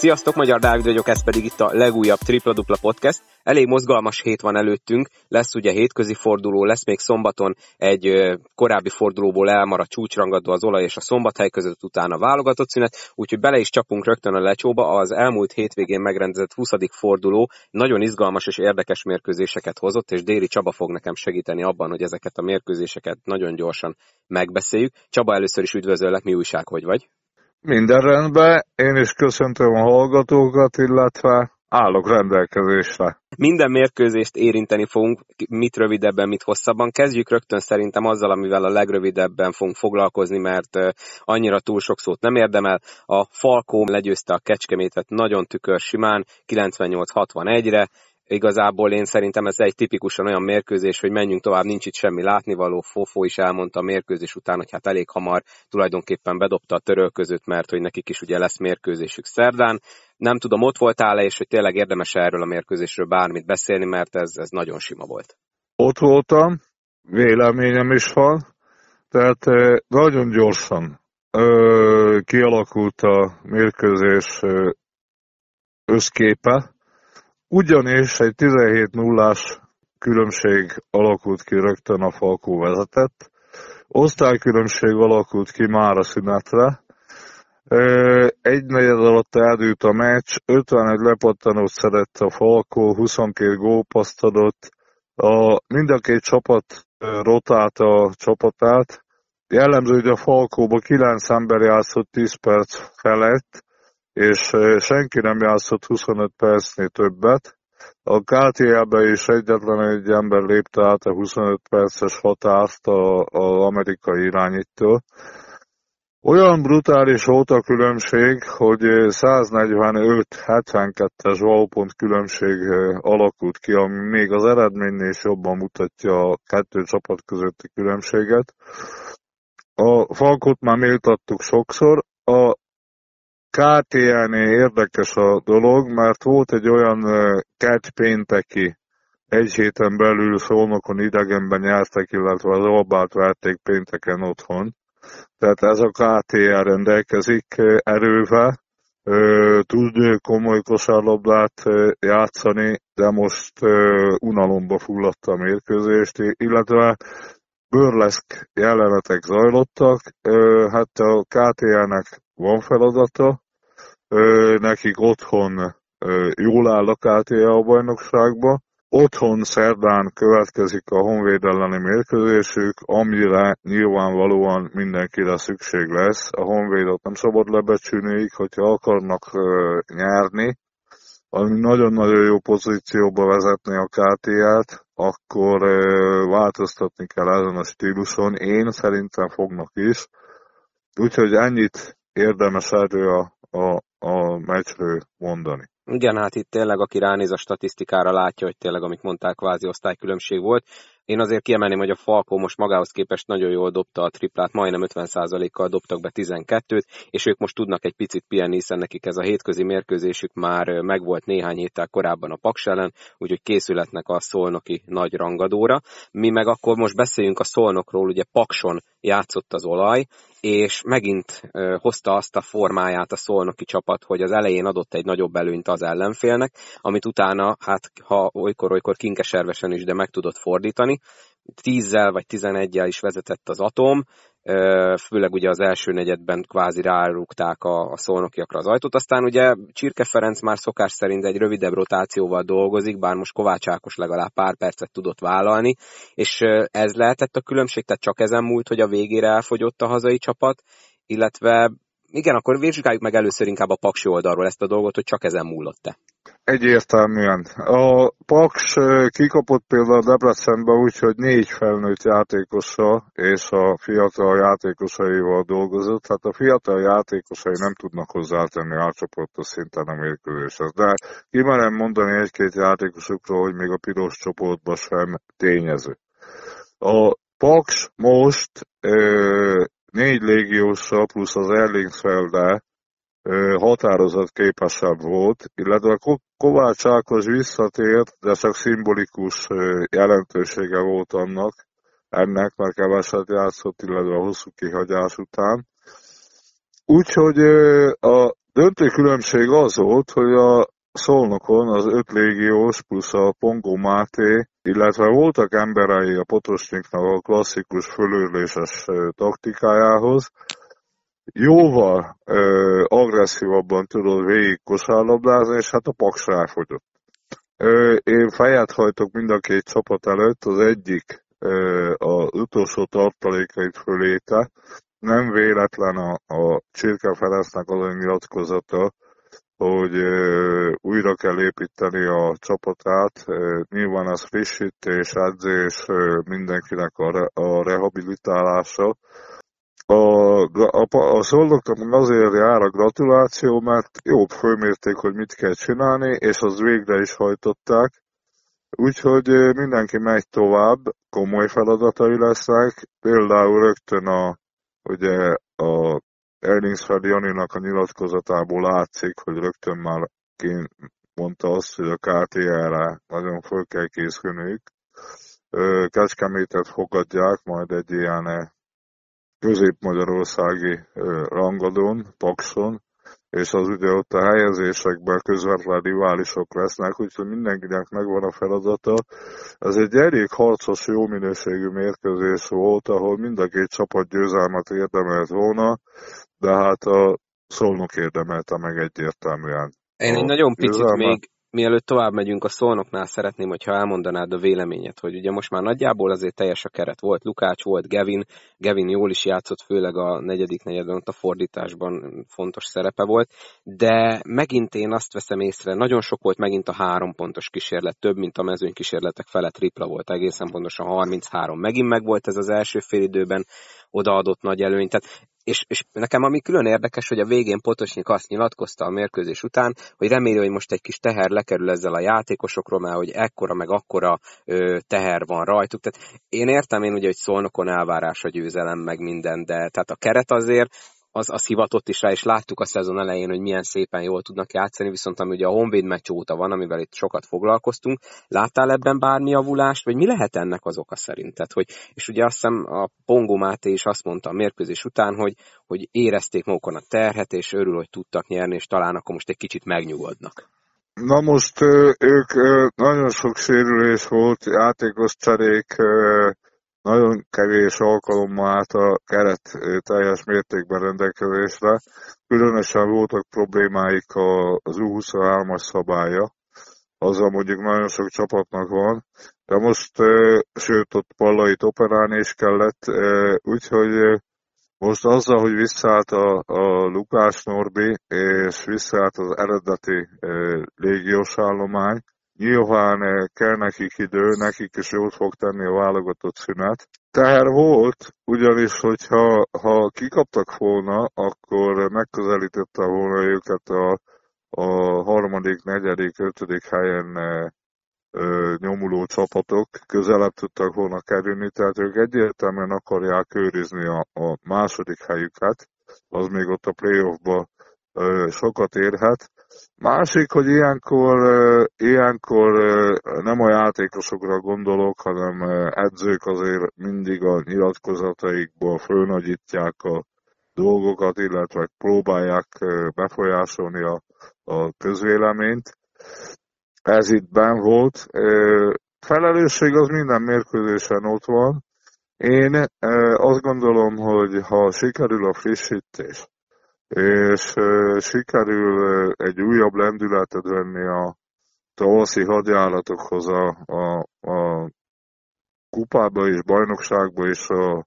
Sziasztok, Magyar Dávid vagyok, ez pedig itt a legújabb Tripla Dupla Podcast. Elég mozgalmas hét van előttünk, lesz ugye hétközi forduló, lesz még szombaton egy korábbi fordulóból elmaradt csúcsrangadó az Olaj és a Szombathely között, utána válogatott szünet, úgyhogy bele is csapunk rögtön a lecsóba. Az elmúlt hétvégén megrendezett 20. forduló nagyon izgalmas és érdekes mérkőzéseket hozott, és Déri Csaba fog nekem segíteni abban, hogy ezeket a mérkőzéseket nagyon gyorsan megbeszéljük. Csaba, először is üdvözöllek, mi újság, hogy vagy? Minden rendben, én is köszöntöm a hallgatókat, illetve állok rendelkezésre. Minden mérkőzést érinteni fogunk, mit rövidebben, mit hosszabban. Kezdjük rögtön szerintem azzal, amivel a legrövidebben fogunk foglalkozni, mert annyira túl sok szót nem érdemel. A Falkó legyőzte a Kecskemétet nagyon simán, 98-61-re. Igazából én szerintem ez egy tipikusan olyan mérkőzés, hogy menjünk tovább, nincs itt semmi látnivaló. Fofó is elmondta a mérkőzés után, hogy hát elég hamar tulajdonképpen bedobta a törölközőt, mert hogy nekik is ugye lesz mérkőzésük szerdán. Nem tudom, ott voltál-e, és hogy tényleg érdemes erről a mérkőzésről bármit beszélni, mert ez nagyon sima volt. Ott voltam, véleményem is van, tehát nagyon gyorsan kialakult a mérkőzés összképe, ugyanis egy 17-0-ás különbség alakult ki rögtön, a Falkó vezetett. Osztálykülönbség alakult ki már a szünetre. Egy negyed alatt eldőlt a meccs, 51 lepattanót szedett a Falkó, 22 gólpasszt adott. Mind a két csapat rotálta a csapatát. Jellemző, hogy a Falkóban 9 ember játszott 10 perc felett, és senki nem játszott 25 percnél többet. A KTL-be is egyetlen egy ember lépte át a 25 perces határt az amerikai irányító. Olyan brutális volt a különbség, hogy 145-72-es valpont különbség alakult ki, ami még az eredménynél is jobban mutatja a kettő csapat közötti különbséget. A Falkót már méltattuk sokszor. A KTL-nél érdekes a dolog, mert volt egy olyan pénteki, egy héten belül Szolnokon idegenben nyertek, illetve az Albát verték pénteken otthon. Tehát ez a KTL rendelkezik erővel, tud komoly kosárlabdát játszani, de most unalomba fulladt a mérkőzést, illetve burleszk jelenetek zajlottak. Hát a KTL-nek van feladata, nekik otthon jól áll a KTL a bajnokságba. Otthon szerdán következik a Honvéd elleni mérkőzésük, amire nyilvánvalóan mindenkire szükség lesz. A Honvédot nem szabad lebecsülni, hogyha akarnak nyerni, ami nagyon-nagyon jó pozícióba vezetni a KTL-t, akkor változtatni kell ezen a stíluson. Én szerintem fognak is. Úgyhogy ennyit érdemes erről a meccsről mondani. Igen, hát itt tényleg, aki ránéz a statisztikára, látja, hogy tényleg, amit mondták, kvázi osztálykülönbség volt. Én azért kiemelném, hogy a Falkó most magához képest nagyon jól dobta a triplát, majdnem 50%-kal dobtak be 12-t, és ők most tudnak egy picit pihenni, hiszen nekik ez a hétközi mérkőzésük már megvolt néhány héttel korábban a Paks ellen, úgyhogy készületnek a szolnoki nagy rangadóra. Mi meg akkor most beszéljünk a Szolnokról, ugye Pakson játszott az Olaj, és megint hozta azt a formáját a szolnoki csapat, hogy az elején adott egy nagyobb előnyt az ellenfélnek, amit utána, hát ha olykor kinkeservesen is, de meg tudott fordítani. 10-zel vagy 11-jel is vezetett az Atom, főleg ugye az első negyedben kvázi rárúgták a szolnokiakra az ajtót. Aztán ugye Csirke Ferenc már szokás szerint egy rövidebb rotációval dolgozik, bár most Kovács Ákos legalább pár percet tudott vállalni, és ez lehetett a különbség, tehát csak ezen múlt, hogy a végére elfogyott a hazai csapat, illetve igen, akkor vizsgáljuk meg először inkább a Paksi oldalról ezt a dolgot, hogy csak ezen múlott-e. Egyértelműen. A Paks kikapott például a Debrecenbe úgy, hogy 4 felnőtt játékossal és a fiatal játékosaival dolgozott. Hát a fiatal játékosai nem tudnak hozzátenni átcsoportos szinten a mérkőzéshez. De kimerem mondani egy-két játékosukról, hogy még a piros csoportban sem tényező. A Paks most 4 légióssal plusz az Erlingsfelde határozatképesebb volt, illetve Kovács Ákos visszatért, de csak szimbolikus jelentősége volt ennek, mert keveset játszott, illetve a hosszú kihagyás után. Úgyhogy a Döntő különbség az volt, hogy a Szolnokon az 5 légiós plusz a Pongó Máté, illetve voltak emberei a Potosniknak a klasszikus fölőrléses taktikájához, jóval agresszívabban tudod végig kosárlabdázni, és hát a Paks ráfogyott. Én fejet hajtok mind a két csapat előtt, az egyik az utolsó tartalékait föléte. Nem véletlen a Csirke Ferencnek az a nyilatkozata, hogy újra kell építeni a csapatát. Nyilván az frissítés, edzés, mindenkinek a rehabilitálása. A Szolnoknak azért jár a gratuláció, mert jó fölmérték, hogy mit kell csinálni, és az végre is hajtották. Úgyhogy mindenki megy tovább, komoly feladatai lesznek. Például rögtön ugye a Ellingsfeld Janinak a nyilatkozatából látszik, hogy rögtön már mondta azt, hogy a KTR-re nagyon föl kell készülniük. Kecskemétet fogadják majd egy ilyen közép-magyarországi rangadón, Pakson, és az ugye ott a helyezésekben közvetlen riválisok lesznek, úgyhogy mindenkinek megvan a feladata. Ez egy elég harcos, jó minőségű mérkőzés volt, ahol mind a két csapat győzelmet érdemelt volna, de hát a Szolnok érdemelte meg egyértelműen Én egy a nagyon picit győzelmet. még, mielőtt tovább megyünk a Szolnoknál, szeretném, hogyha elmondanád a véleményet, hogy ugye most már nagyjából azért teljes a keret. Volt Lukács, volt Gavin jól is játszott, főleg a negyedik negyedben, ott a fordításban fontos szerepe volt, de megint én azt veszem észre, nagyon sok volt megint a 3 pontos kísérlet, több, mint a mezőny kísérletek fele tripla volt, egészen pontosan 33. Megint megvolt ez az első félidőben odaadott nagy előny, tehát és nekem ami külön érdekes, hogy a végén Potosnyik azt nyilatkozta a mérkőzés után, hogy reméli, hogy most egy kis teher lekerül ezzel a játékosokról, mert hogy ekkora meg akkora teher van rajtuk. Tehát én értem ugye, hogy Szolnokon elvárás a győzelem meg minden, de tehát a keret azért az hivatott is rá, és láttuk a szezon elején, hogy milyen szépen jól tudnak játszani, viszont ami ugye a Honvéd meccs óta van, amivel itt sokat foglalkoztunk, láttál ebben bármi javulást, vagy mi lehet ennek az oka szerinted? És ugye azt hiszem a Pongó Máté is azt mondta a mérkőzés után, hogy érezték magukon a terhet, és örül, hogy tudtak nyerni, és talán akkor most egy kicsit megnyugodnak. Na most ők nagyon sok sérülés volt, játékos cserék, nagyon kevés alkalommal állt a keret teljes mértékben rendelkezésre. Különösen voltak problémáik az U23-as szabálya, azzal mondjuk nagyon sok csapatnak van, de most, sőt, ott Pallait operálni is kellett, úgyhogy most azzal, hogy visszaállt a Lukács Norbi, és visszaállt az eredeti légiós állomány, nyilván kell nekik idő, nekik is jót fog tenni a válogatott szünet. Teher volt, ugyanis, hogyha kikaptak volna, akkor megközelítette volna őket a harmadik, negyedik, ötödik helyen nyomuló csapatok közelebb tudtak volna kerülni, tehát ők egyértelműen akarják őrizni a második helyüket, az még ott a playoffba sokat érhet. Másik, hogy ilyenkor nem a játékosokra gondolok, hanem edzők azért mindig a nyilatkozataikból fölnagyítják a dolgokat, illetve próbálják befolyásolni a közvéleményt. Ez itt benn volt. Felelősség az minden mérkőzésen ott van. Én azt gondolom, hogy ha sikerül a frissítés, és sikerül egy újabb lendületet venni a tavaszi hadjáratokhoz a kupába és bajnokságba és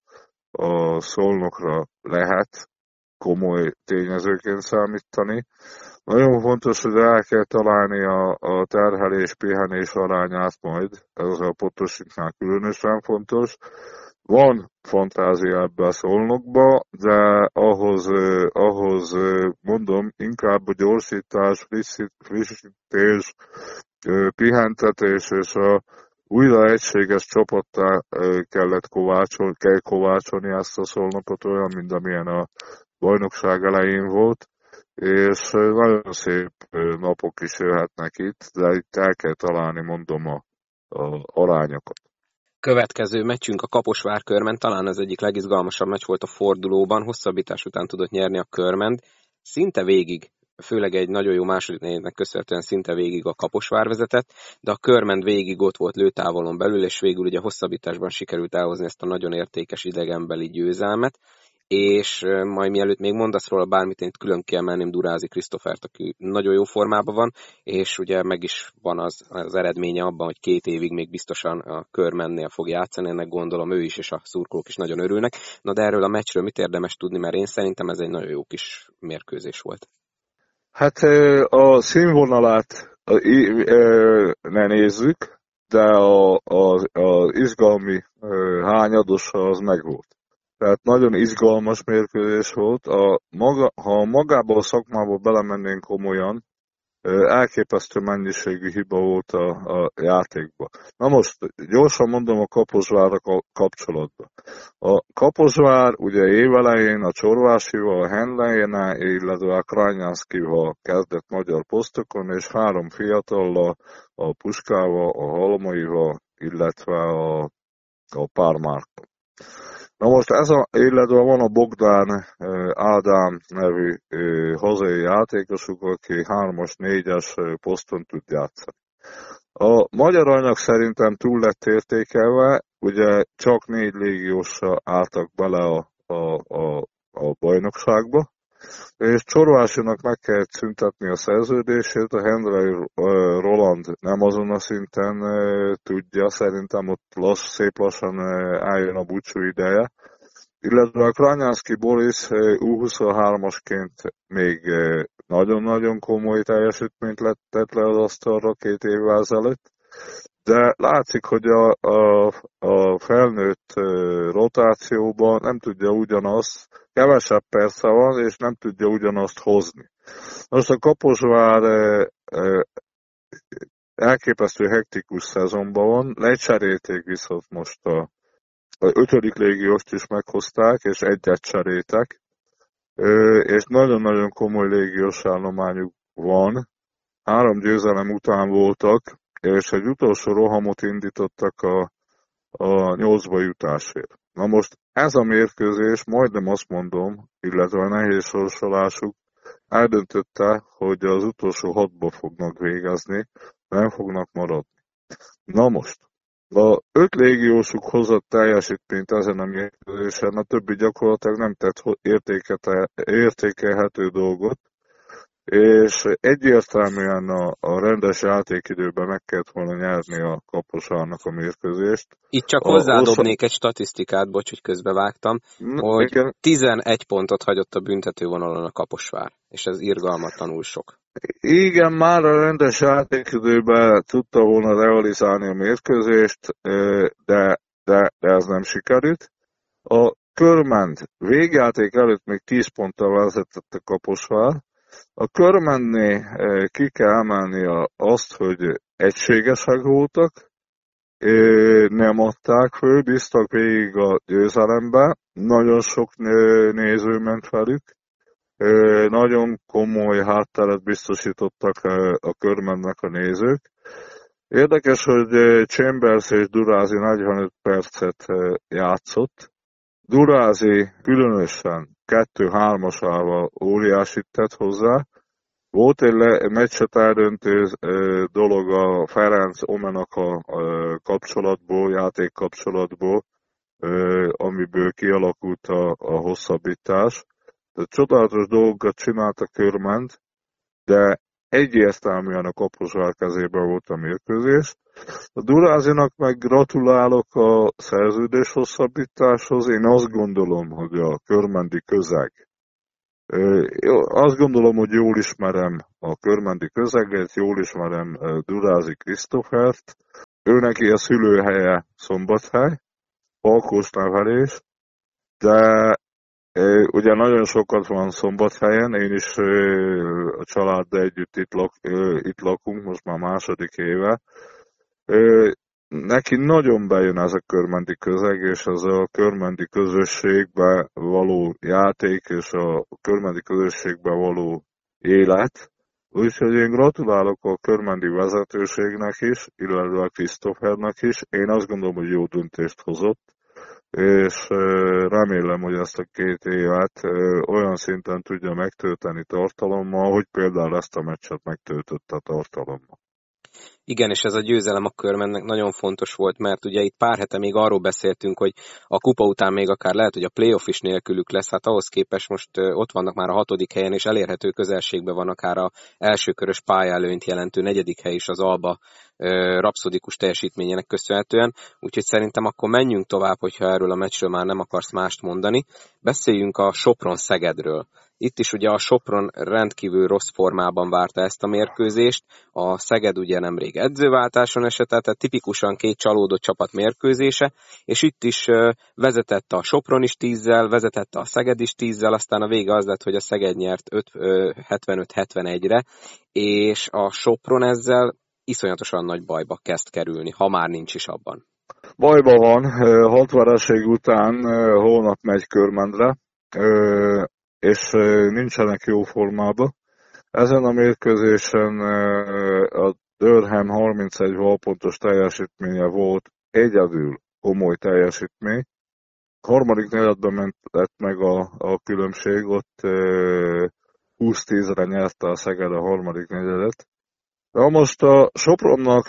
a Szolnokra lehet komoly tényezőként számítani. Nagyon fontos, hogy el kell találni a terhelés-pihenés arányát majd, ez a Potosniknál különösen fontos. Van fantázia ebbe a Szolnokba, de ahhoz mondom, inkább a gyorsítás, frissítés, pihentetés és a újra egységes csapattá kell kovácsolni ezt a Szolnokot, olyan, mint amilyen a bajnokság elején volt, és nagyon szép napok is jöhetnek itt, de itt el kell találni, mondom, a arányokat. Következő meccsünk a Kaposvár-Körment, talán az egyik legizgalmasabb meccs volt a fordulóban, hosszabbítás után tudott nyerni a Körment. Szinte végig főleg egy nagyon jó második negyednek köszönhetően szinte végig a Kaposvár vezetett, de a Körmend végig ott volt lőtávolon belül, és végül ugye hosszabbításban sikerült elhozni ezt a nagyon értékes idegenbeli győzelmet, és majd mielőtt még mondasz róla bármit, én itt külön kiemelném Durázi Krisztofert, aki nagyon jó formában van, és ugye meg is van az eredménye abban, hogy 2 évig még biztosan a Körmendnél fog játszani, ennek gondolom ő is, és a szurkolók is nagyon örülnek. Na de erről a meccsről mit érdemes tudni, mert én szerintem ez egy nagyon jó kis mérkőzés volt. Hát a színvonalát ne nézzük, de az izgalmi hányadosa az megvolt. Tehát nagyon izgalmas mérkőzés volt. Ha magába a szakmába belemennénk komolyan, elképesztő mennyiségű hiba volt a játékban. Na most gyorsan mondom a Kaposvárra kapcsolatban. A Kaposvár ugye évelején a Csorvásival, a Henlejénál, illetve a Krajnyánszkival kezdett magyar posztokon, és 3 fiatallal, a Puskával, a Halmaival, illetve a Pármárkon. Na most illetve van a Bogdán Ádám nevű hazai játékosuk, aki 3-as, 4-es poszton tud játszani. A magyar anyag szerintem túl lett értékelve, ugye csak 4 légiósra álltak bele a bajnokságba, és Csorvásinak meg kellett szüntetni a szerződését, a Hendrei Roland nem azon a szinten tudja, szerintem ott szép lassan eljön a búcsú ideje, illetve a Krajnyánszki Boris U23-asként még nagyon-nagyon komoly teljesítményt tett le az asztalra 2 évvel ezelőtt, de látszik, hogy a felnőtt rotációban nem tudja ugyanazt, kevesebb persze van, és nem tudja ugyanazt hozni. Most a Kaposvár elképesztő hektikus szezonban van, lecserélték viszont most a 5. légióst is meghozták, és egyet cseréltek, és nagyon-nagyon komoly légiós állományuk van. 3 győzelem után voltak, és egy utolsó rohamot indítottak a 8-ba jutásért. Na most ez a mérkőzés, majdnem azt mondom, illetve a nehéz sorsolásuk eldöntötte, hogy az utolsó 6-ba fognak végezni, nem fognak maradni. Na most, a 5 légiósuk hozott teljesítményt ezen a mérkőzésen, a többi gyakorlatilag nem tett értékelhető dolgot, és egyértelműen a rendes játékidőben meg kellett volna nyerni a Kaposvárnak a mérkőzést. Itt csak hozzádobnék egy statisztikát, bocs, hogy közbevágtam, hogy igen. 11 pontot hagyott a büntetővonalon a Kaposvár, és ez irgalmatlanul sok. Igen, már a rendes játékidőben tudta volna realizálni a mérkőzést, de ez nem sikerült. A Körmend végjáték előtt még 10 ponttal vezetett a Kaposvár. A Körmendnél ki kell emelni azt, hogy egységesek voltak, nem adták föl, bíztak végig a győzelembe, nagyon sok néző ment velük, nagyon komoly hátteret biztosítottak a Körmendnek a nézők. Érdekes, hogy Chambers és Durázi 45 percet játszott. Durázi különösen 2-3-asával óriásit tett hozzá. Volt egy meccset eldöntő dolog a Ferenc Omenaka kapcsolatból, játékkapcsolatból, amiből kialakult a hosszabbítás. Tehát csodálatos dolgokat csinált a Körmend, de egyértelműen a Kaposvár kezében volt a mérkőzés. A Durázinak meg gratulálok a szerződés hosszabbításhoz. Én azt gondolom, hogy a körmendi közeg, azt gondolom, hogy jól ismerem a körmendi közeget, jól ismerem Durázi Krisztofert. Ő neki a szülőhelye Szombathely, Falkós nevelés, de ugye nagyon sokat van Szombathelyen, én is a családdal együtt itt lakunk, most már 2. éve. Neki nagyon bejön ez a körmendi közeg, és ez a körmendi közösségbe való játék, és a körmendi közösségbe való élet. Úgyhogy én gratulálok a körmendi vezetőségnek is, illetve a Krisztofernek is. Én azt gondolom, hogy jó döntést hozott, és remélem, hogy ezt a 2 évet olyan szinten tudja megtölteni tartalommal, hogy például ezt a meccset megtöltötte tartalommal. Igen, és ez a győzelem a Körmennek nagyon fontos volt, mert ugye itt pár hete még arról beszéltünk, hogy a kupa után még akár lehet, hogy a playoff is nélkülük lesz, hát ahhoz képest most ott vannak már a 6. helyen, és elérhető közelségben van akár a elsőkörös pályálőnyt jelentő 4. hely is az Alba rapszodikus teljesítményének köszönhetően, úgyhogy szerintem akkor menjünk tovább, hogyha erről a meccsről már nem akarsz mást mondani. Beszéljünk a Sopron-Szegedről. Itt is ugye a Sopron rendkívül rossz formában várta ezt a mérkőzést, a Szeged ugye nemrég edzőváltáson esett, tehát tipikusan 2 csalódott csapat mérkőzése, és itt is vezetett a Sopron is 10-zel, vezetett a Szeged is 10-zel, aztán a vége az lett, hogy a Szeged nyert 75-71-re, és a Sopron ezzel iszonyatosan nagy bajba kezd kerülni, ha már nincs is abban. Bajban van, 6 vereség után holnap megy Körmendre, és nincsenek jó formában. Ezen a mérkőzésen a Durham 31 gólpontos teljesítménye volt, egyedül komoly teljesítmény. Harmadik negyedben ment meg a különbség, ott 20-10-re nyerte a Szeged a harmadik negyedet. De most a Sopronnak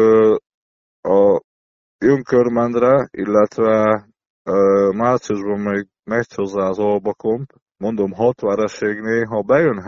a jön Körmendre, illetve márciusban még meccs hozzá az Albakomp, mondom 6 vereségnél, ha bejön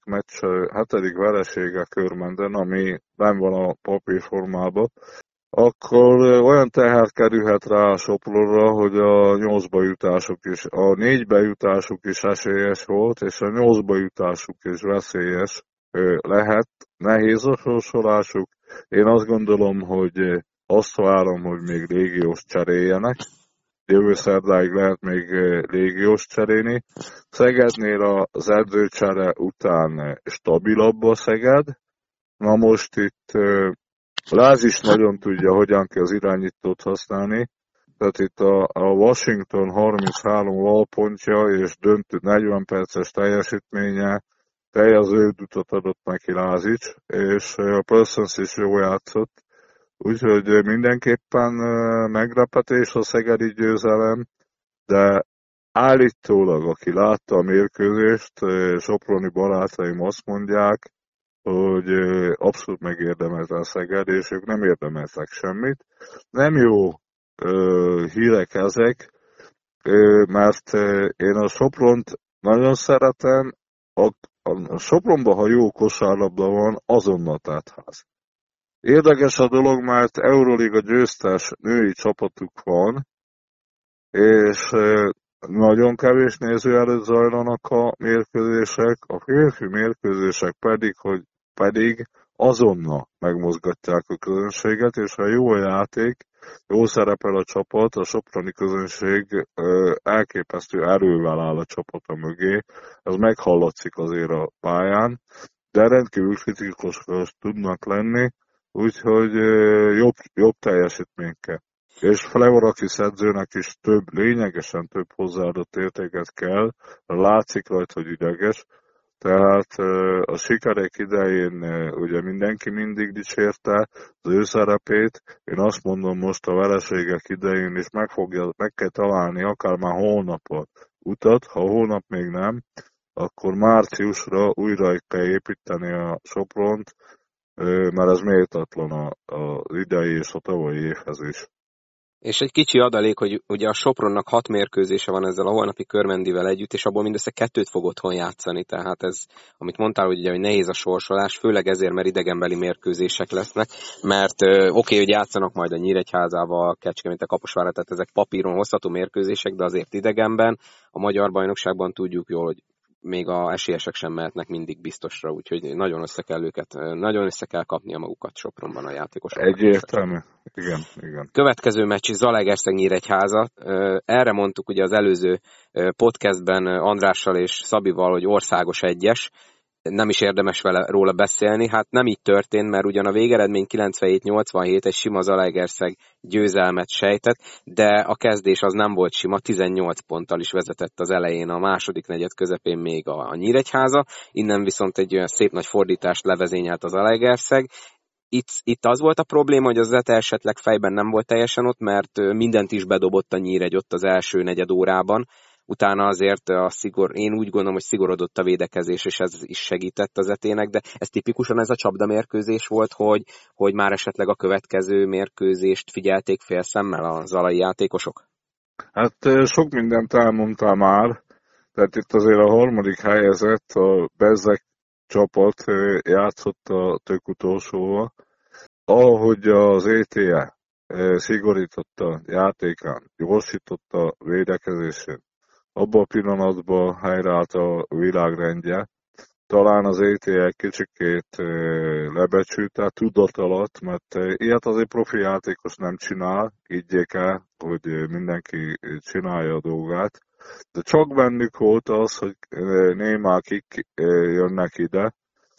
7. veresége Körmenden, ami nem van a papírformában, akkor olyan teher kerülhet rá a Sopronra, hogy a 8-ba jutásuk is, a 4-be jutásuk is esélyes volt, és a 8-ba jutásuk is veszélyes lehet. Nehéz a sorsolásuk. Én azt gondolom, hogy azt várom, hogy még légiós cseréljenek. Jövő szerdáig lehet még légiós cserélni. Szegednél az edzőcsere után stabilabb a Szeged. Na most itt Láz is nagyon tudja, hogyan kell az irányítót használni. Tehát itt a Washington 33 gólpontja és döntő 40 perces teljesítménye teljes zöldutat adott neki Lázics, és a Parsons is jól játszott. Úgyhogy mindenképpen meglepetés a szegedi győzelem, de állítólag, aki látta a mérkőzést, soproni barátaim azt mondják, hogy abszolút megérdemelte a Szeged, és ők nem érdemeltek semmit. Nem jó hírek ezek, mert én a Sopront nagyon szeretem, a Sopronban, ha jó kosárlabda van, azonnal tátház. Érdekes a dolog, mert Euroliga győztes női csapatuk van, és nagyon kevés néző előtt zajlanak a mérkőzések, a férfi mérkőzések pedig azonnal megmozgatják a közönséget, és ha jó a játék, jó szerepel a csapat, a soproni közönség elképesztő erővel áll a csapata mögé, ez meghallatszik azért a pályán, de rendkívül kritikusok tudnak lenni, úgyhogy jobb teljesítmény kell. És Flevorakis edzőnek is lényegesen több hozzáadott értéket kell, látszik rajta, hogy ideges, tehát a sikerek idején ugye mindenki mindig dicsérte az ő szerepét, én azt mondom most a vereségek idején is meg kell találni akár már holnap a utat, ha holnap még nem, akkor márciusra újra kell építeni a Sopront, mert ez méltatlan az idei és a tavalyi évhez is. És egy kicsi adalék, hogy ugye a Sopronnak 6 mérkőzése van ezzel a holnapi Körmendivel együtt, és abból mindössze 2 fog otthon játszani, tehát ez, amit mondtál, hogy ugye hogy nehéz a sorsolás, főleg ezért, mert idegenbeli mérkőzések lesznek, mert oké, hogy játszanak majd a Nyíregyházával, Kecskemét, a Kaposvárra, tehát ezek papíron hozható mérkőzések, de azért idegenben, a magyar bajnokságban tudjuk jól, hogy még a esélyesek sem mehetnek mindig biztosra, úgyhogy nagyon össze kell kapnia magukat Sopronban a játékosok. Egyértelmű, igen. Következő meccs Zalaegerszeg-Nyíregyháza. Erre mondtuk ugye az előző podcastben Andrással és Szabival, hogy országos egyes. Nem is érdemes róla beszélni. Hát nem így történt, mert ugyan a végeredmény 97-87 egy sima Zalaegerszeg győzelmet sejtett, de a kezdés az nem volt sima, 18 ponttal is vezetett az elején, a második negyed közepén még a Nyíregyháza, innen viszont egy olyan szép nagy fordítást levezényelt az Zalaegerszeg, itt az volt a probléma, hogy az Zete esetleg fejben nem volt teljesen ott, mert mindent is bedobott a Nyíregy ott az első negyed órában. Utána azért én úgy gondolom, hogy szigorodott a védekezés, és ez is segített az Zetének, de ez tipikusan ez a csapdamérkőzés volt, hogy már esetleg a következő mérkőzést figyelték félszemmel a zalai játékosok? Hát sok mindent elmondtál már, tehát itt azért a harmadik helyezett, a Bezzek csapat játszott a tök utolsóval. Ahogy az ETE szigorította játékán, gyorsította védekezésén, abban a pillanatban helyreállt a világrendje. Talán az ETE egy kicsikét lebecsült, tudat alatt, mert ilyet azért profi játékos nem csinál, higgyék el, hogy mindenki csinálja a dolgát. De csak bennük volt az, hogy némán kik jönnek ide,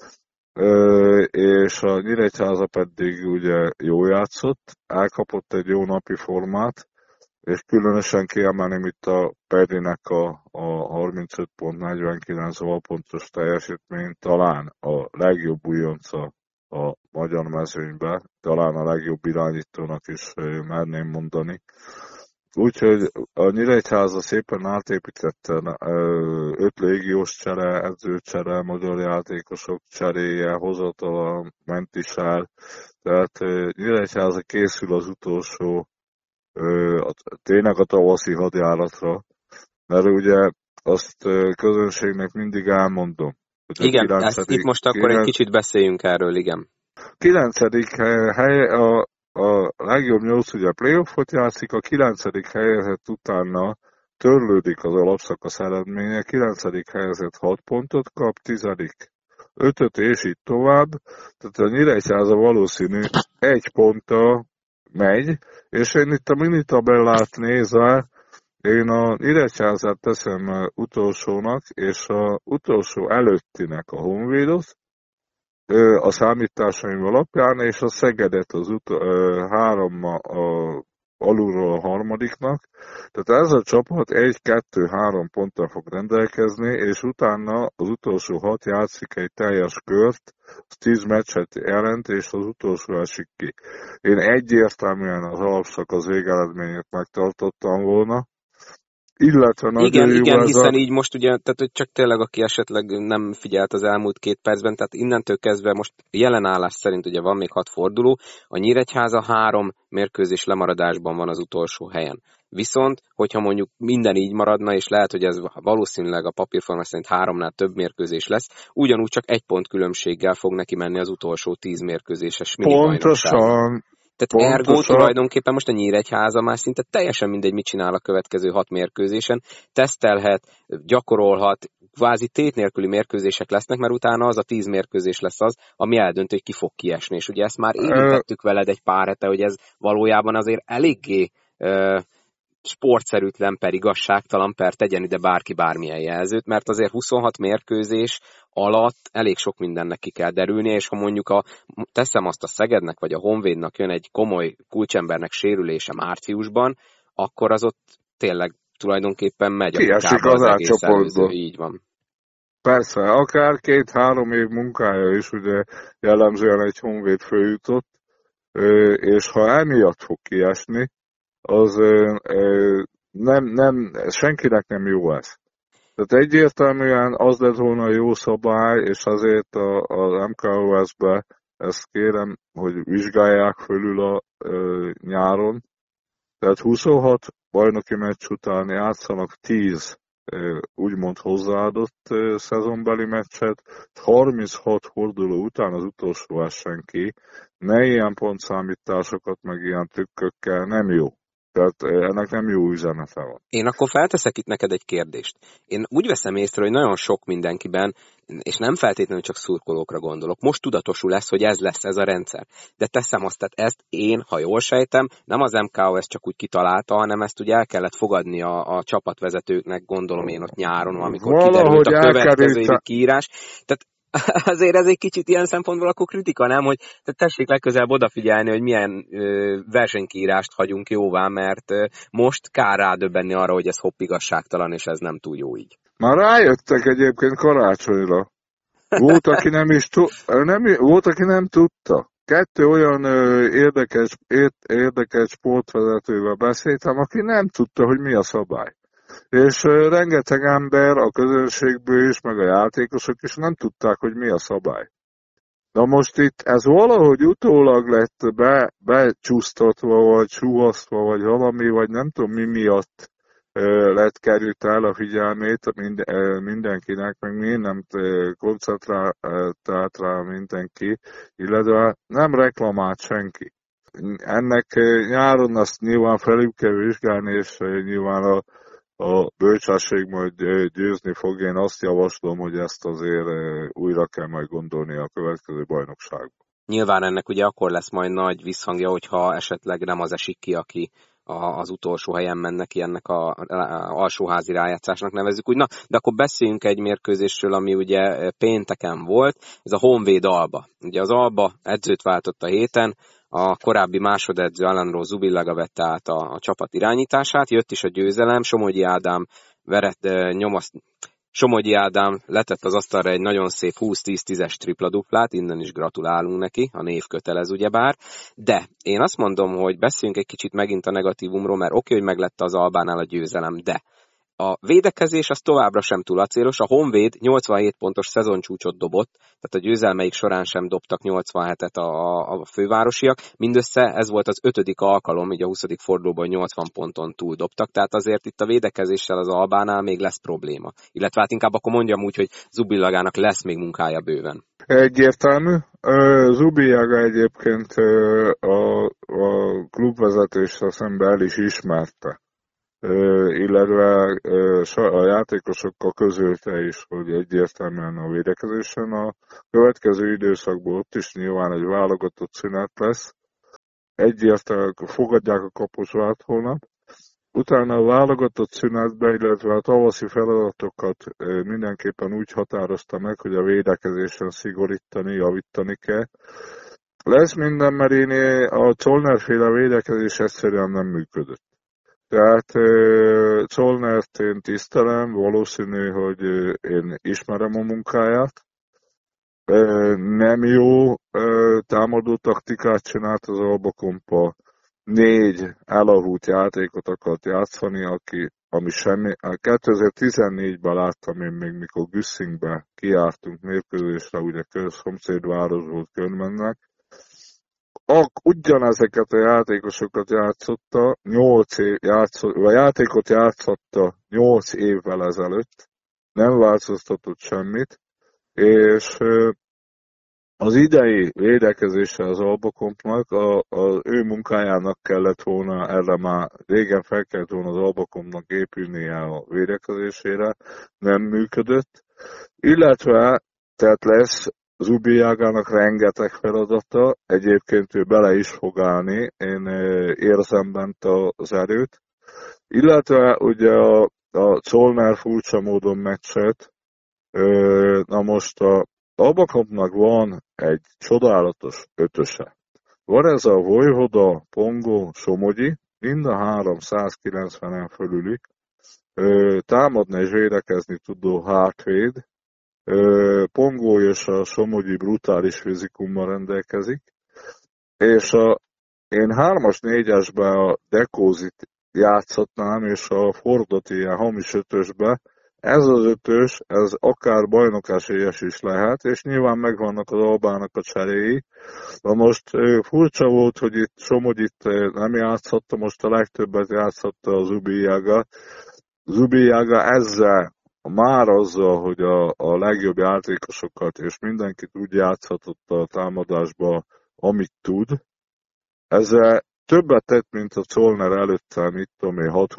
és a Nyíregyháza pedig ugye jól játszott, elkapott egy jó napi formát, és különösen kiemelném itt a Perinek a 35 pont 49 alpontos teljesítményt, talán a legjobb újonca a magyar mezőnyben, talán a legjobb irányítónak is merném mondani. Úgyhogy a Nyíregyháza szépen átépítette 5 légiós csere, edzőcsere, magyar játékosok cseréje, hozatala, ment is el. Tehát Nyíregyháza készül az utolsó, tényleg a tavaszi hadjáratra, mert ugye azt közönségnek mindig elmondom. Hogy igen, itt most akkor egy kicsit beszéljünk erről, igen. 9. hely a legjobb 8 ugye playoffot játszik, a 9. helyezett utána törlődik az alapszakasz eredménye, 9. helyezett 6 pontot kap, 10. 5 és így tovább, tehát a Nyíregyháza valószínű 1 ponttal megy, és én itt a minitabellát nézve, én a Nyíregyházát teszem utolsónak, és a utolsó előttinek a Honvédot, a számításaim alapján, és a Szegedet az 3 alulról a harmadiknak. Tehát ez a csapat 1-2-3 ponttal fog rendelkezni, és utána az utolsó 6 játszik egy teljes kört, 10 meccset jelent, és az utolsó esik ki. Én egyértelműen az alapszakasz végeredményét megtartottam volna, illetve igen, hiszen így most ugye, tehát hogy csak tényleg aki esetleg nem figyelt az elmúlt 2 percben, tehát innentől kezdve most jelen állás szerint ugye van még 6 forduló, a Nyíregyháza 3 mérkőzés lemaradásban van az utolsó helyen. Viszont, hogyha mondjuk minden így maradna, és lehet, hogy ez valószínűleg a papírforma szerint 3-nál több mérkőzés lesz, ugyanúgy csak 1 pont különbséggel fog neki menni az utolsó 10 mérkőzéses minibajnokságban. Pontosan. Tehát ergo tulajdonképpen most a Nyíregyháza már szinte teljesen mindegy, mit csinál a következő 6 mérkőzésen. Tesztelhet, gyakorolhat, kvázi tét nélküli mérkőzések lesznek, mert utána az a 10 mérkőzés lesz az, ami eldönt, hogy ki fog kiesni. És ugye ezt már érintettük veled egy pár hete, hogy ez valójában azért eléggé sportszerűtlen per igazságtalan per tegyen ide bárki bármilyen jelzőt, mert azért 26 mérkőzés alatt elég sok mindennek ki kell derülnie, és ha mondjuk teszem azt a Szegednek vagy a Honvédnak jön egy komoly kulcsembernek sérülése márciusban, akkor az ott tényleg tulajdonképpen megy a munkába az egész előző. Így van. Persze, akár 2-3 év munkája is ugye jellemzően egy Honvéd följutott, és ha emiatt fog kiesni, az senkinek nem jó ez. Tehát egyértelműen az lett volna a jó szabály, és azért az MKOS-be ezt kérem, hogy vizsgálják fölül a nyáron. Tehát 26 bajnoki meccs után játszanak 10 úgymond hozzáadott szezonbeli meccset, 36 forduló után az utolsó essen ki, ne ilyen pontszámításokat, meg ilyen trükkökkel, nem jó. Tehát ennek nem jó üzenete van. Én akkor felteszek itt neked egy kérdést. Én úgy veszem észre, hogy nagyon sok mindenkiben, és nem feltétlenül csak szurkolókra gondolok, most tudatosul lesz, hogy ez lesz ez a rendszer. De teszem azt, tehát ezt én, ha jól sejtem, nem az MKOS csak úgy kitalálta, hanem ezt ugye el kellett fogadni a csapatvezetőknek, gondolom én ott nyáron, amikor kiderült a következő évi kiírás. Tehát azért ez egy kicsit ilyen szempontból akkor kritika, nem? Hogy tessék legközelebb odafigyelni, hogy milyen versenykiírást hagyunk jóvá, mert most kár rádöbbenni arra, hogy ez hopp igazságtalan, és ez nem túl jó így. Már rájöttek egyébként karácsonyra. Volt, aki nem tudta. kettő olyan érdekes sportvezetővel beszéltem, aki nem tudta, hogy mi a szabály. És rengeteg ember a közönségből is, meg a játékosok is nem tudták, hogy mi a szabály. Na most itt ez valahogy utólag lett becsúsztatva, vagy súhasztva, vagy valami, vagy nem tudom mi miatt lett került el a figyelmét mindenkinek, meg miért nem koncentrált rá mindenki, illetve nem reklamált senki. Ennek nyáron azt nyilván felül kell vizsgálni, és nyilván a bölcsesség majd győzni fog. Én azt javaslom, hogy ezt azért újra kell majd gondolni a következő bajnokságban. Nyilván ennek ugye akkor lesz majd nagy visszhangja, hogyha esetleg nem az esik ki, aki az utolsó helyen menne ki, ennek a alsóházi rájátszásnak nevezzük úgy. Na, de akkor beszéljünk egy mérkőzésről, ami ugye pénteken volt, ez a Honvéd Alba. Ugye az Alba edzőt váltott a héten, a korábbi másodedző Alejandro Zubillaga vette át a csapat irányítását, jött is a győzelem, Somogyi Ádám letett az asztalra egy nagyon szép 20-10-10-es tripla-duplát, innen is gratulálunk neki, a név kötelez ugyebár, de én azt mondom, hogy beszéljünk egy kicsit megint a negatívumról, mert oké, hogy meglett az Albánál a győzelem, de a védekezés az továbbra sem túl acélos, a Honvéd 87 pontos szezoncsúcsot dobott, tehát a győzelmeik során sem dobtak 87-et a fővárosiak, mindössze ez volt az 5. alkalom, így a 20. fordulóban 80 ponton túl dobtak, tehát azért itt a védekezéssel az Albánál még lesz probléma. Illetve hát inkább akkor mondjam úgy, hogy Zubillagának lesz még munkája bőven. Egyértelmű. Zubillaga egyébként a klubvezetéssel szemben el is ismerte, illetve a játékosokkal közölte is, hogy egyértelműen a védekezésen a következő időszakból ott is nyilván egy válogatott szünet lesz. Egyértelműen fogadják a Kaposvárt holnap. Utána a válogatott szünetbe, illetve a tavaszi feladatokat mindenképpen úgy határozta meg, hogy a védekezésen szigorítani, javítani kell. Lesz minden, mert a Zollner-féle védekezés egyszerűen nem működött. Tehát Zollnert én tisztelem, valószínű, hogy én ismerem a munkáját. Nem jó támadó taktikát csinált az Alba Kompa. 4 elavult játékot akart játszani, ami semmi. 2014-ben láttam én még, mikor Güsszingbe kijártunk mérkőzésre, ugye szomszédváros volt Körmennek. Ugyanezeket a játékosokat játszotta, játékot játszotta 8 évvel ezelőtt, nem változtatott semmit, és az idei védekezése az Alba Kompnak, az ő munkájának kellett volna, erre már régen fel kellett volna az Alba Kompnak épülnie a védekezésére, nem működött, illetve tehát lesz Zubillagának rengeteg feladata, egyébként ő bele is fog állni, én érzem bent az erőt, illetve ugye a Zollner furcsa módon meccset, na most a Alba Kompnak van egy csodálatos ötöse. Van ez a Vojvoda, Pongo, Somogyi, mind a 390-en fölüli, támadni és védekezni tudó hátvéd, Pongo és a Somogyi brutális fizikummal rendelkezik, és én 3-as, 4-esben a Dekózit játszhatnám, és a Fordot ilyen hamis ötösbe. Ez az ötös, ez akár bajnokesélyes is lehet, és nyilván megvannak az Albának a cseréi. Na most furcsa volt, hogy itt Somogyit nem játszhatta, most a legtöbbet játszhatta a Zubillaga. Zubillaga ezzel, már azzal, hogy a legjobb játékosokat és mindenkit úgy játszhatott a támadásba, amit tud, ezzel többet tett, mint a Zollner előtte, mit tudom én, 6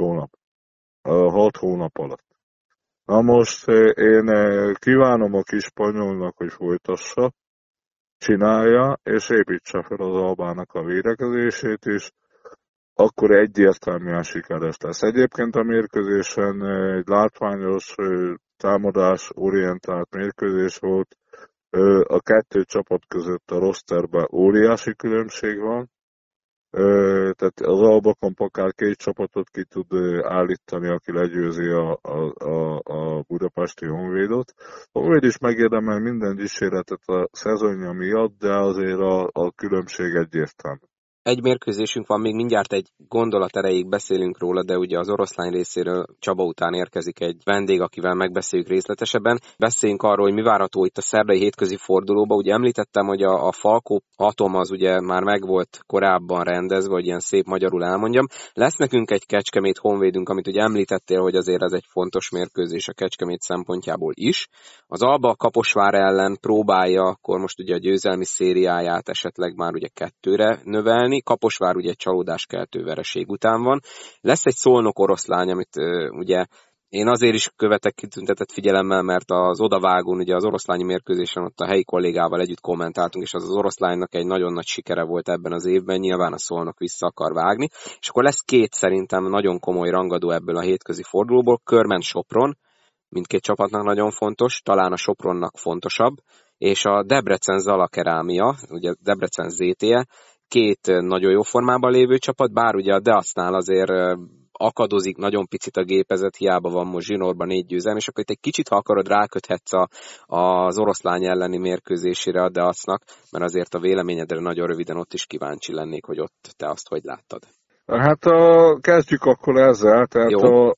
hónap alatt. Na most én kívánom a kis spanyolnak, hogy folytassa, csinálja, és építse fel az Albának a védekezését is, akkor egyértelműen sikeres lesz. Egyébként a mérkőzésen egy látványos támadás orientált mérkőzés volt. A 2 csapat között a rosterben óriási különbség van. Tehát az Albakomp akár 2 csapatot ki tud állítani, aki legyőzi a budapesti Honvédot. A Honvéd is megérdemel minden dicséretet a szezonja miatt, de azért a különbség egyértelmű. Egy mérkőzésünk van, még mindjárt egy gondolat erejéig beszélünk róla, de ugye az Oroszlány részéről Csaba után érkezik egy vendég, akivel megbeszéljük részletesebben. Beszéljünk arról, hogy mi várható itt a szerdai hétközi fordulóba. Ugye említettem, hogy a Falkó atom az ugye már megvolt korábban rendezve, hogy ilyen szép magyarul elmondjam. Lesz nekünk egy Kecskemét Honvédünk, amit ugye említettél, hogy azért ez egy fontos mérkőzés a Kecskemét szempontjából is. Az Alba Kaposvár ellen próbálja akkor most ugye a győzelmi szériáját esetleg már ugye 2-re növelni. Kaposvár ugye egy csalódáskeltő vereség után van. Lesz egy Szolnok Oroszlány, amit ugye én azért is követek kitüntetett figyelemmel, mert az odavágón, ugye az oroszlányi mérkőzésen ott a helyi kollégával együtt kommentáltunk, és az oroszlánynak egy nagyon nagy sikere volt ebben az évben, nyilván a Szolnok vissza akar vágni. És akkor lesz 2 szerintem nagyon komoly rangadó ebből a hétközi fordulóból, Körmen-Sopron, mindkét csapatnak nagyon fontos, talán a Sopronnak fontosabb, és a Debrecen Zalakerámia, ugye Debrecen ZTE, 2 nagyon jó formában lévő csapat, bár ugye a Deacnál azért akadozik nagyon picit a gépezet, hiába van most zsinórban 4 győzelem, és akkor itt egy kicsit, ha akarod, ráköthetsz az Oroszlány elleni mérkőzésére a Deacnak, mert azért a véleményedre nagyon röviden ott is kíváncsi lennék, hogy ott te azt hogy láttad. Hát kezdjük akkor ezzel, tehát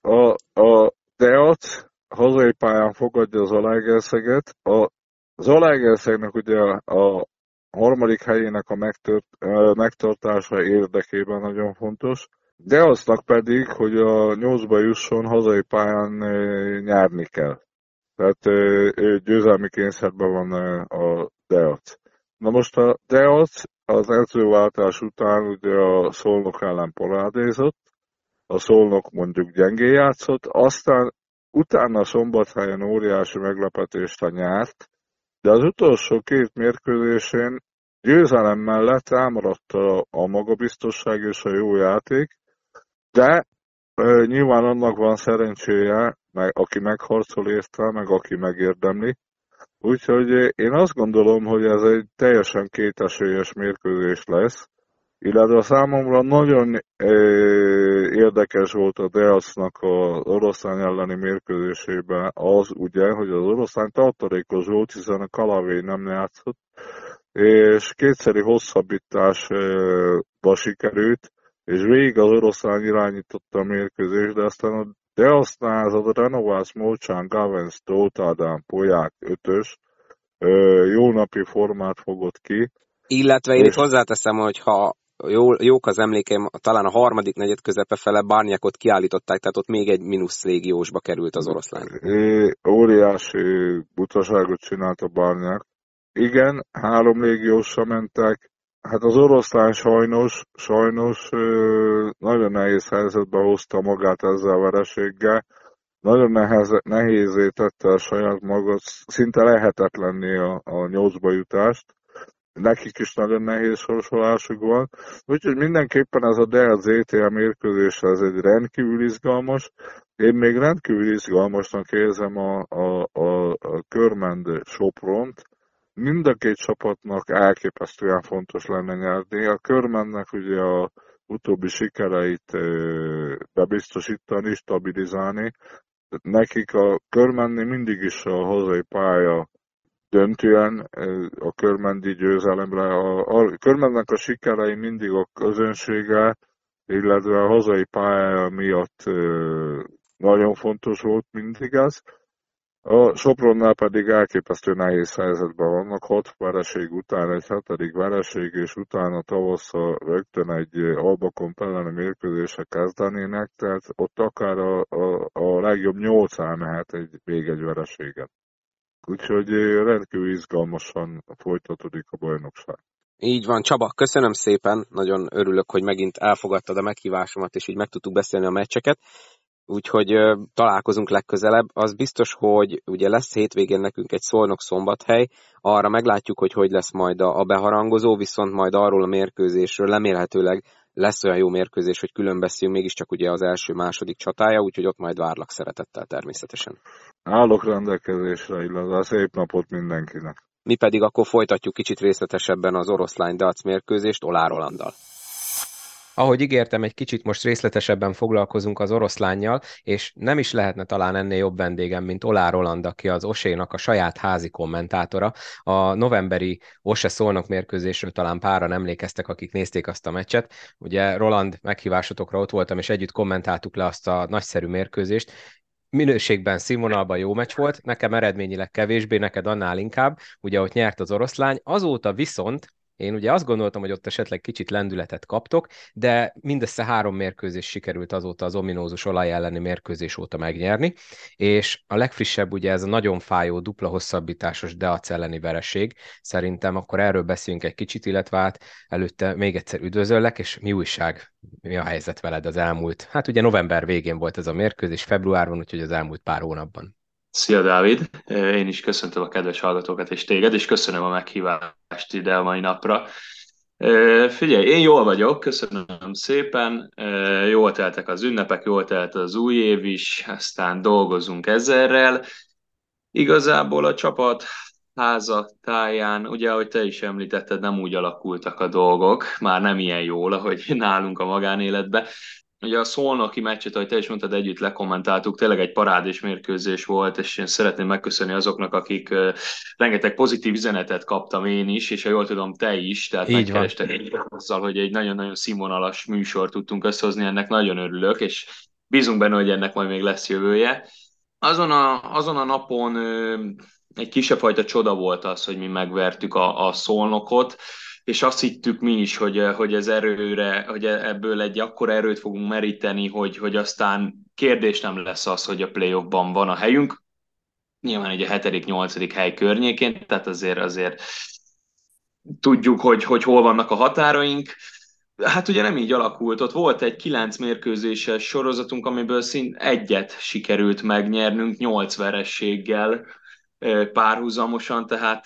a Deac hazai pályán fogadja az Zalaegerszeget. A Zalaegerszegnek ugye a harmadik helyének a megtartása érdekében nagyon fontos, de aznak pedig, hogy a 8-ba jusson, hazai pályán nyerni kell. Tehát győzelmi kényszerben van a Deac. Na most a Deac az edzőváltás után ugye a Szolnok ellen parádézott, a Szolnok mondjuk gyengén játszott, aztán utána Szombathelyen óriási meglepetést nyert, de az utolsó 2 mérkőzésén győzelem mellett elmaradt a magabiztosság és a jó játék, de nyilván annak van szerencséje, aki megharcol érte, meg aki megérdemli. Úgyhogy én azt gondolom, hogy ez egy teljesen kétesélyes mérkőzés lesz, illetve számomra nagyon érdekes volt a Deacnak az Oroszlány elleni mérkőzésében az ugye, hogy az Oroszlány tartalékos volt, hiszen a Kalavé nem játszott, és 2-szeri hosszabbításba sikerült, és végig az Oroszlány irányította a mérkőzést, de aztán a Deacnál ez a Renovás, Molcsán, Gavens, Tóth Ádám, Polyák 5-ös jó napi formát fogott ki. Illetve én itt hozzáteszem, hogy ha jók az emlékeim, talán a harmadik negyed közepe fele Barnyakot kiállították, tehát ott még egy mínusz légiósba került az Oroszlány. Óriási butaságot csinált a Barnyak. Igen, 3 légiósra mentek. Hát az Oroszlány sajnos nagyon nehéz helyzetbe hozta magát ezzel a vereséggel. Nagyon nehézé tette a saját maga, szinte lehetetlenné a 8-ba jutást. Nekik is nagyon nehéz sorsolásuk van. Úgyhogy mindenképpen ez a Deac ZTE mérkőzés, ez egy rendkívül izgalmas. Én még rendkívül izgalmasnak érzem a Körmend Sopront. Mind a 2 csapatnak elképesztően fontos lenne nyerni. A Körmendnek ugye a utóbbi sikereit bebiztosítani, stabilizálni. Nekik a Körmendi mindig is a hazai pálya döntően a körmendi győzelemre. A Körmendnek a sikerei mindig a közönsége, illetve a hazai pályája miatt nagyon fontos volt mindig ez. A Sopronnál pedig elképesztő nehéz helyzetben vannak, 6 vereség után egy 7. vereség, és utána tavasszal rögtön egy Albakomp elleni mérkőzésre kezdenének, tehát ott akár a legjobb 8 elmehet még egy vereséget. Úgyhogy rendkívül izgalmasan folytatódik a bajnokság. Így van, Csaba, köszönöm szépen, nagyon örülök, hogy megint elfogadtad a meghívásomat, és így meg tudtuk beszélni a meccseket. Úgyhogy találkozunk legközelebb. Az biztos, hogy ugye lesz hétvégén nekünk egy Szolnok-Szombathely, arra meglátjuk, hogy lesz majd a beharangozó, viszont majd arról a mérkőzésről remélhetőleg lesz olyan jó mérkőzés, hogy külön beszéljünk, mégiscsak ugye az első-második csatája, úgyhogy ott majd várlak szeretettel természetesen. Állok rendelkezésre, illetve szép napot mindenkinek. Mi pedig akkor folytatjuk kicsit részletesebben az Oroszlány Deac mérkőzést Oláh Rolanddal. Ahogy ígértem, egy kicsit most részletesebben foglalkozunk az oroszlánnyal, és nem is lehetne talán ennél jobb vendégem, mint Olá Roland, aki az Osénak a saját házi kommentátora. A novemberi Ose Szolnok mérkőzésről talán páran emlékeztek, akik nézték azt a meccset. Ugye Roland meghívásotokra ott voltam, és együtt kommentáltuk le azt a nagyszerű mérkőzést. Minőségben, színvonalban jó meccs volt, nekem eredményileg kevésbé, neked annál inkább, ugye ott nyert az oroszlány, azóta viszont én ugye azt gondoltam, hogy ott esetleg kicsit lendületet kaptok, de mindössze 3 mérkőzés sikerült azóta az ominózus olaj elleni mérkőzés óta megnyerni, és a legfrissebb ugye ez a nagyon fájó dupla hosszabbításos Deac elleni vereség. Szerintem akkor erről beszéljünk egy kicsit, illetve hát előtte még egyszer üdvözöllek, és mi újság, mi a helyzet veled az elmúlt? Hát ugye november végén volt ez a mérkőzés, februárban, úgyhogy az elmúlt pár hónapban. Szia, Dávid! Én is köszöntöm a kedves hallgatókat és téged, és köszönöm a meghívást ide a mai napra. Figyelj, én jól vagyok, köszönöm szépen. Jól teltek az ünnepek, jól telt az új év is, aztán dolgozunk ezerrel. Igazából a csapat háza táján, ugye, ahogy te is említetted, nem úgy alakultak a dolgok, már nem ilyen jól, ahogy nálunk a magánéletben. Ugye a szolnoki meccset, ahogy te is mondtad, együtt lekommentáltuk, tényleg egy parádés mérkőzés volt, és én szeretném megköszönni azoknak, akik rengeteg pozitív üzenetet kaptam én is, és ha jól tudom, te is, tehát Így van. megkerestek azzal, hogy egy nagyon-nagyon színvonalas műsort tudtunk összehozni, ennek nagyon örülök, és bízunk benne, hogy ennek majd még lesz jövője. Azon a napon egy kisebb fajta csoda volt az, hogy mi megvertük a Szolnokot, és azt hittük mi is, hogy ez erőre, hogy ebből egy akkora erőt fogunk meríteni, hogy aztán kérdés nem lesz az, hogy a playoffban van a helyünk. Nyilván egy a 7.-8. hely környékén, tehát azért tudjuk, hogy hol vannak a határaink. Hát ugye nem így alakult, ott volt egy 9 mérkőzéses sorozatunk, amiből egyet sikerült megnyernünk 8 verességgel párhuzamosan, tehát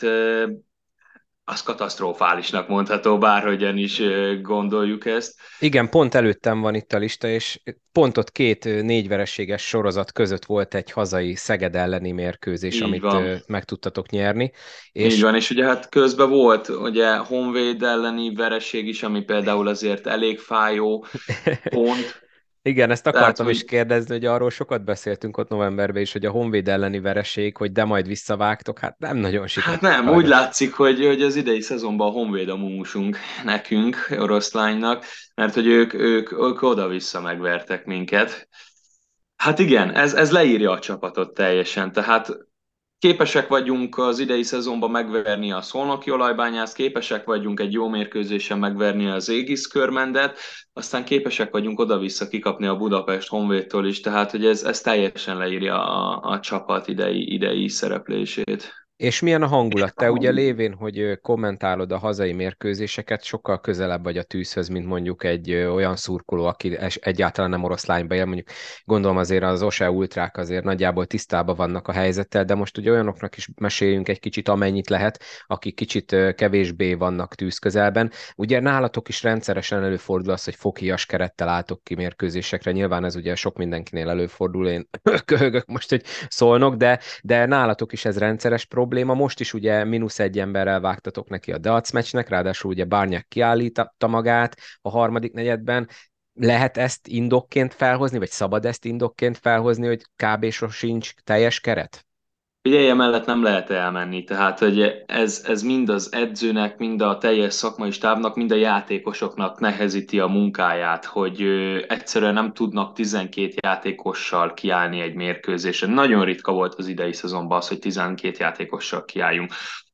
az katasztrofálisnak mondható, bárhogyan is gondoljuk ezt. Igen, pont előttem van itt a lista, és pont ott két 4 vereséges sorozat között volt egy hazai Szeged elleni mérkőzés, Így amit van. meg tudtatok nyerni, Így és van, és ugye hát közben volt ugye Honvéd elleni vereség is, ami például azért elég fájó pont. igen, ezt Tehát, akartam is hogy kérdezni, hogy arról sokat beszéltünk ott novemberben is, hogy a Honvéd elleni vereség, hogy de majd visszavágtok, hát nem nagyon hát sikerült nem, úgy sajnos. látszik, hogy az idei szezonban a Honvéd a mumusunk nekünk, oroszlánynak, mert hogy ők oda-vissza megvertek minket. Hát igen, ez leírja a csapatot teljesen, tehát képesek vagyunk az idei szezonban megverni a Szolnoki Olajbányászt, képesek vagyunk egy jó mérkőzésen megverni az Égisz Körmendet, aztán képesek vagyunk oda-vissza kikapni a Budapest Honvédtól is, tehát hogy ez teljesen leírja a csapat idei szereplését. És milyen a hangulat? Te ugye lévén, hogy kommentálod a hazai mérkőzéseket, sokkal közelebb vagy a tűzhöz, mint mondjuk egy olyan szurkoló, aki egyáltalán nem oroszlányba él. Mondjuk gondolom azért az OSE ultrák azért nagyjából tisztában vannak a helyzettel, de most ugye olyanoknak is meséljünk egy kicsit, amennyit lehet, akik kicsit kevésbé vannak tűzközelben. Ugye nálatok is rendszeresen előfordul az, hogy foghíjas kerettel álltok ki mérkőzésekre. Nyilván ez ugye sok mindenkinél előfordul, én köhögök most, hogy szólnok, de nálatok is ez rendszeres probléma. Most is ugye -1 emberrel vágtatok neki a Deac meccsnek, ráadásul ugye Bárnyak kiállította magát a harmadik negyedben. Lehet ezt indokként felhozni, vagy szabad ezt indokként felhozni, hogy kb. Sincs teljes keret? Figyelj, mellett nem lehet elmenni, tehát hogy ez mind az edzőnek, mind a teljes szakmai stábnak, mind a játékosoknak nehezíti a munkáját, hogy egyszerűen nem tudnak 12 játékossal kiállni egy mérkőzésen. Nagyon ritka volt az idei szezonban az, hogy 12 játékossal kiálljunk.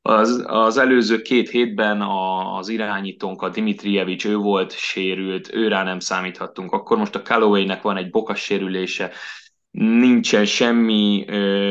Az előző 2 hétben az irányítónk, a Dimitrijevics, ő volt sérült, őrá nem számíthattunk. Akkor most a Callaway-nek van egy bokas sérülése, nincsen semmi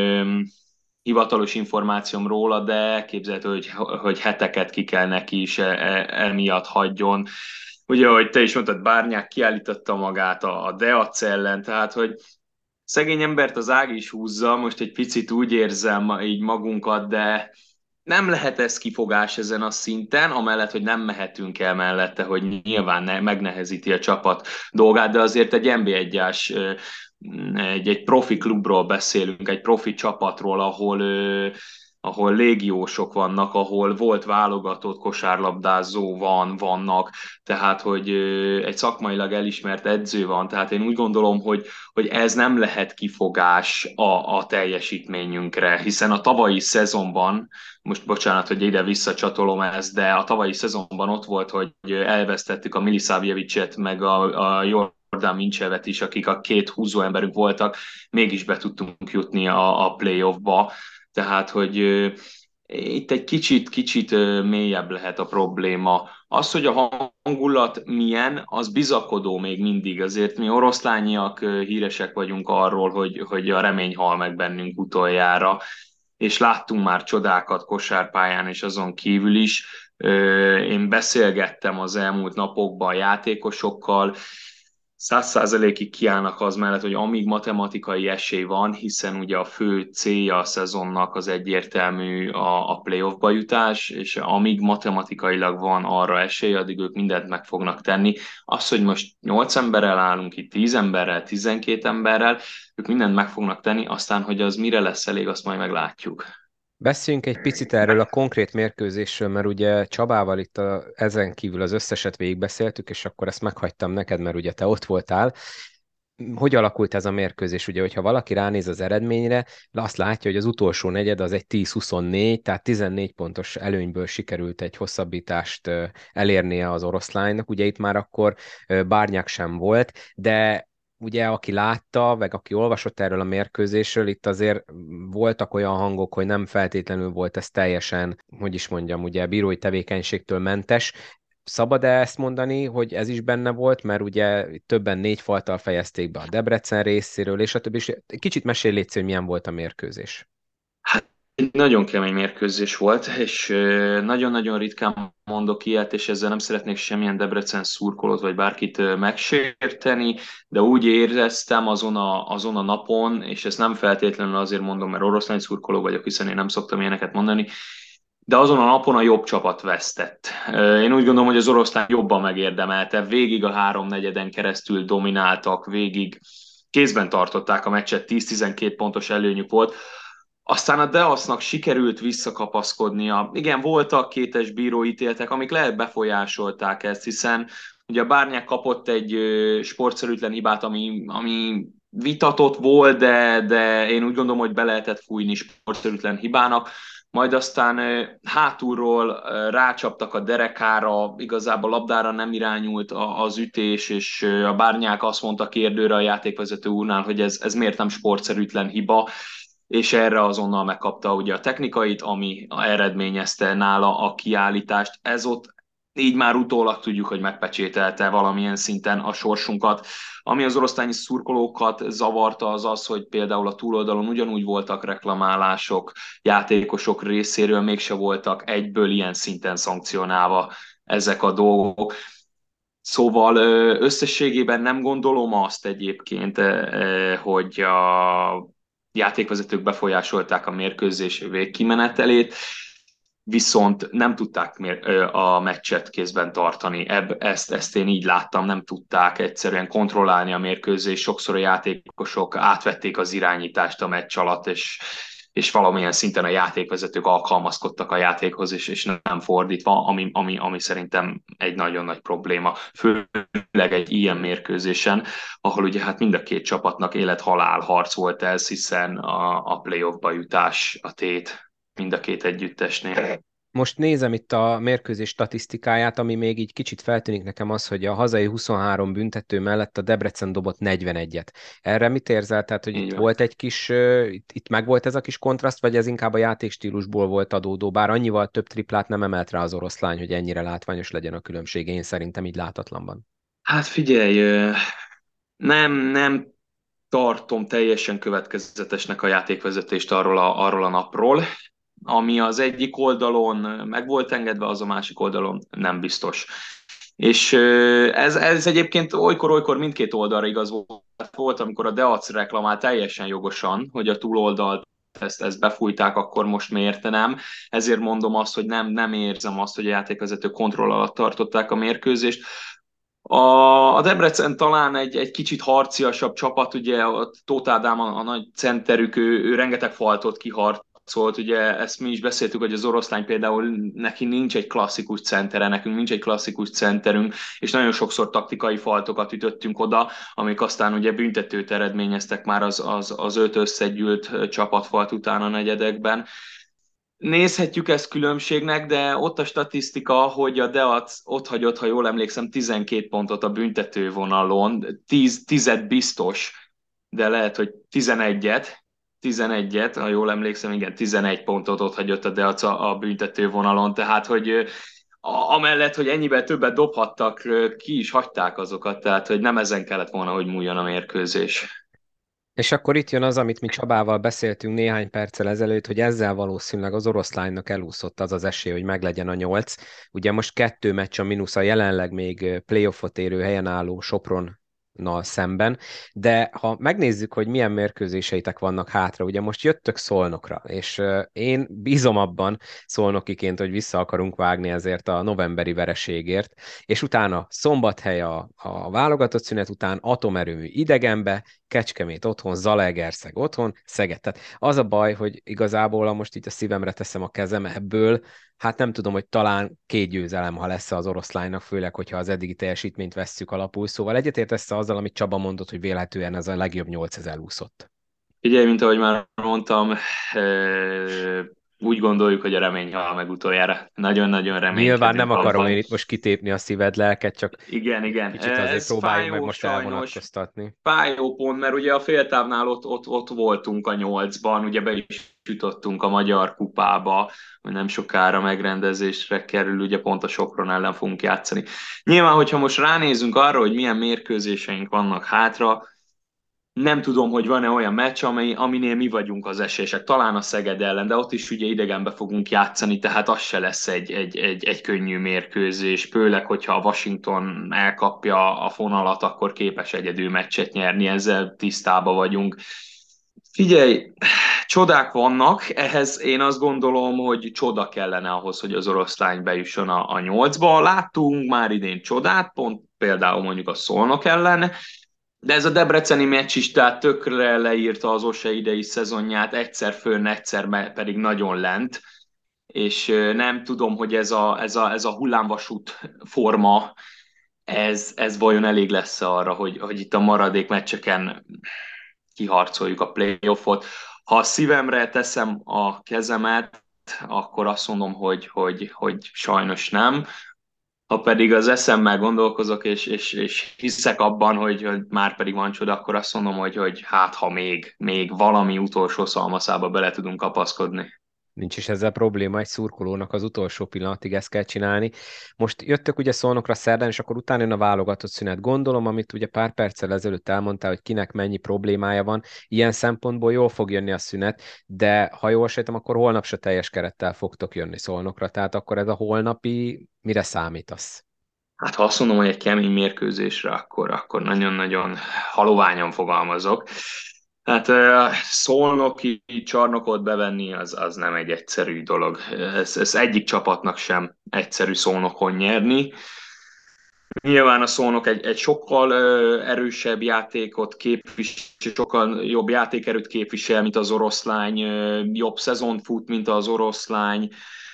hivatalos információm róla, de képzelhető, hogy heteket ki kell neki is emiatt hagyjon. Ugye, ahogy te is mondtad, Bárnyák kiállította magát a Deac ellen, tehát, hogy szegény embert az ág is húzza, most egy picit úgy érzem így magunkat, de nem lehet ez kifogás ezen a szinten, amellett, hogy nem mehetünk el mellette, hogy nyilván megnehezíti a csapat dolgát, de azért egy NB1-ás, egy profi klubról beszélünk, egy profi csapatról, ahol ahol légiósok vannak, ahol volt válogatott kosárlabdázó vannak, tehát hogy egy szakmailag elismert edző van, tehát én úgy gondolom, hogy ez nem lehet kifogás a teljesítményünkre, hiszen a tavalyi szezonban, most bocsánat, hogy ide visszacsatolom ezt, de a tavalyi szezonban ott volt, hogy elvesztettük a Milisavjevicet, meg a Jordan Mincsevet is, akik a két húzóemberünk voltak, mégis be tudtunk jutni a playoffba. Tehát, hogy itt egy kicsit mélyebb lehet a probléma. Az, hogy a hangulat milyen, az bizakodó még mindig. Azért mi oroszlányiak híresek vagyunk arról, hogy a remény hal meg bennünk utoljára, és láttunk már csodákat kosárpályán és azon kívül is. Én beszélgettem az elmúlt napokban a játékosokkal, 100%-ig kiállnak az mellett, hogy amíg matematikai esély van, hiszen ugye a fő célja a szezonnak az egyértelmű a playoffba jutás, és amíg matematikailag van arra esély, addig ők mindent meg fognak tenni. Az, hogy most 8 emberrel állunk itt, 10 emberrel, 12 emberrel, ők mindent meg fognak tenni, aztán, hogy az mire lesz elég, azt majd meglátjuk. Beszéljünk egy picit erről a konkrét mérkőzésről, mert ugye Csabával itt ezen kívül az összeset végigbeszéltük, és akkor ezt meghagytam neked, mert ugye te ott voltál. Hogy alakult ez a mérkőzés? Ugye, hogyha valaki ránéz az eredményre, azt látja, hogy az utolsó negyed az egy 10-24, tehát 14 pontos előnyből sikerült egy hosszabbítást elérnie az oroszlánynak. Ugye itt már akkor Bárnyak sem volt, de ugye aki látta, meg aki olvasott erről a mérkőzésről, itt azért voltak olyan hangok, hogy nem feltétlenül volt ez teljesen, hogy is mondjam, ugye bírói tevékenységtől mentes. Szabad-e ezt mondani, hogy ez is benne volt, mert ugye többen 4 falttal fejezték be a Debrecen részéről, és a többi. És kicsit mesélj, légy szíves, hogy milyen volt a mérkőzés. Hát egy nagyon kemény mérkőzés volt, és nagyon-nagyon ritkán mondok ilyet, és ezzel nem szeretnék semmilyen Debrecen szurkolót vagy bárkit megsérteni, de úgy éreztem azon a napon, és ezt nem feltétlenül azért mondom, mert oroszlány szurkoló vagyok, hiszen én nem szoktam ilyeneket mondani, de azon a napon a jobb csapat vesztett. Én úgy gondolom, hogy az oroszlán jobban megérdemelte, végig a háromnegyeden keresztül domináltak, végig kézben tartották a meccset, 10-12 pontos előnyük volt. Aztán a Deasznak sikerült visszakapaszkodnia. Igen, voltak kétes bíróítéletek, amik lehet befolyásolták ezt, hiszen ugye a Bárnyák kapott egy sportszerűtlen hibát, ami vitatott volt, de én úgy gondolom, hogy be lehetett fújni sportszerűtlen hibának. Majd aztán hátulról rácsaptak a derekára, igazából labdára nem irányult az ütés, és a Bárnyák azt mondta kérdőre a játékvezető úrnál, hogy ez miért nem sportszerűtlen hiba, és erre azonnal megkapta ugye a technikait, ami eredményezte nála a kiállítást. Ez ott így már utólag tudjuk, hogy megpecsételte valamilyen szinten a sorsunkat. Ami az oroszlányi szurkolókat zavarta, az az, hogy például a túloldalon ugyanúgy voltak reklamálások játékosok részéről, mégse voltak egyből ilyen szinten szankcionálva ezek a dolgok. Szóval összességében nem gondolom azt egyébként, hogy a játékvezetők befolyásolták a mérkőzés végkimenetelét, viszont nem tudták a meccset kézben tartani. Ezt én így láttam, nem tudták egyszerűen kontrollálni a mérkőzést. Sokszor a játékosok átvették az irányítást a meccs alatt, és valamilyen szinten a játékvezetők alkalmazkodtak a játékhoz, és nem fordítva, ami szerintem egy nagyon nagy probléma. Főleg egy ilyen mérkőzésen, ahol ugye hát mind a két csapatnak élet-halál harc volt ez, hiszen a playoffba jutás a tét mind a két együttesnél. Most nézem itt a mérkőzés statisztikáját, ami még így kicsit feltűnik nekem az, hogy a hazai 23 büntető mellett a Debrecen dobott 41-et. Erre mit érzel? Tehát, hogy itt Így van. volt egy kis, itt megvolt ez a kis kontraszt, vagy ez inkább a játékstílusból volt adódó, bár annyival több triplát nem emelt rá az oroszlány, hogy ennyire látványos legyen a különbség, én szerintem így látatlanban. Hát figyelj, nem tartom teljesen következetesnek a játékvezetést arról a napról. Ami az egyik oldalon meg volt engedve, az a másik oldalon nem biztos. És ez egyébként olykor-olykor mindkét oldalra igaz volt. Volt, amikor a Deac reklamál teljesen jogosan, hogy a túloldalt ezt befújták, akkor most miért nem. Ezért mondom azt, hogy nem érzem azt, hogy a játékvezető kontroll alatt tartották a mérkőzést. A Debrecen talán egy kicsit harciasabb csapat, ugye a Tóth Ádám a nagy centerük, ő rengeteg faltot kiharcolt, harcolt, ugye ezt mi is beszéltük, hogy az oroszlány például neki nincs egy klasszikus centere, nekünk nincs egy klasszikus centerünk, és nagyon sokszor taktikai faltokat ütöttünk oda, amik aztán ugye büntetőt eredményeztek már az 5 összegyűlt csapatfalt után a negyedekben. Nézhetjük ezt különbségnek, de ott a statisztika, hogy a Deac ott hagyott, ha jól emlékszem, 12 pontot a büntetővonalon, 10 biztos, de lehet, hogy 11-et, ha jól emlékszem, igen, 11 pontot ott hagyott a Deac a büntetővonalon, tehát hogy amellett, hogy ennyivel többet dobhattak, ki is hagyták azokat, tehát hogy nem ezen kellett volna, hogy múljon a mérkőzés. És akkor itt jön az, amit mi Csabával beszéltünk néhány perccel ezelőtt, hogy ezzel valószínűleg az oroszlánynak elúszott az az esély, hogy meglegyen a 8. Ugye most 2 meccs a mínusz a jelenleg még playoffot érő helyen álló Sopronnal szemben, de ha megnézzük, hogy milyen mérkőzéseitek vannak hátra, ugye most jöttök Szolnokra, és én bízom abban szolnokiként, hogy vissza akarunk vágni ezért a novemberi vereségért, és utána Szombathely a válogatott szünet után atomerőmű idegenbe, Kecskemét otthon, Zalaegerszeg otthon, Szeged. Tehát az a baj, hogy igazából, ha most itt a szívemre teszem a kezem ebből, hát nem tudom, hogy talán 2 győzelem, ha lesz az oroszlánynak, főleg, hogyha az eddigi teljesítményt vesszük alapul. Szóval egyetértesz azzal, amit Csaba mondott, hogy vélhetően ez a legjobb 8 úszott. Ugye, mint ahogy már mondtam, úgy gondoljuk, hogy a remény hal meg utoljára. Nagyon-nagyon Nyilván nem reménykedünk akarom abban. én itt most kitépni a szíved, lelket, csak Igen, igen. kicsit azért Ez próbáljunk meg fájó, most sajnos. elvonatkoztatni. Fájó pont, mert ugye a féltávnál ott voltunk a 8-ban, ugye be is jutottunk a Magyar Kupába, hogy nem sokára megrendezésre kerül, ugye pont a Sopron ellen fogunk játszani. Nyilván, hogyha most ránézünk arra, hogy milyen mérkőzéseink vannak hátra, nem tudom, hogy van-e olyan meccs, aminél mi vagyunk az esélyesek. Talán a Szeged ellen, de ott is ugye idegenbe fogunk játszani, tehát az se lesz egy könnyű mérkőzés. Főleg, hogyha a Washington elkapja a fonalat, akkor képes egyedül meccset nyerni, ezzel tisztában vagyunk. Figyelj, csodák vannak, ehhez én azt gondolom, hogy csoda kellene ahhoz, hogy az oroszlány bejusson a 8-ba. Láttunk már idén csodát, pont például mondjuk a Szolnok ellen, de ez a debreceni meccs is, tehát tökre leírta az OSE idei szezonját, egyszer fönn, egyszer pedig nagyon lent, és nem tudom, hogy ez a hullámvasút forma, ez vajon elég lesz arra, hogy itt a maradék meccseken kiharcoljuk a playoffot. Ha a szívemre teszem a kezemet, akkor azt mondom, hogy sajnos nem. Ha pedig az eszemmel gondolkozok, és hiszek abban, hogy már pedig van csoda, akkor azt mondom, hogy hát ha még valami utolsó szalmaszába bele tudunk kapaszkodni. Nincs is ezzel probléma, egy szurkolónak az utolsó pillanatig ezt kell csinálni. Most jöttök ugye Szolnokra szerdán, és akkor utána jön a válogatott szünet. Gondolom, amit ugye pár perccel ezelőtt elmondtál, hogy kinek mennyi problémája van, ilyen szempontból jól fog jönni a szünet, de ha jól sejtem, akkor holnap se teljes kerettel fogtok jönni Szolnokra, tehát akkor ez a holnapi mire számítasz? Hát ha azt mondom, hogy egy kemény mérkőzésre, akkor nagyon-nagyon haloványan fogalmazok. Hát szolnoki csarnokot bevenni, az nem egy egyszerű dolog. Ez egyik csapatnak sem egyszerű Szolnokon nyerni. Nyilván a Szolnok egy sokkal erősebb játékot képvisel, sokkal jobb játékerőt képvisel, mint az oroszlány, jobb szezont fut, mint az oroszlány.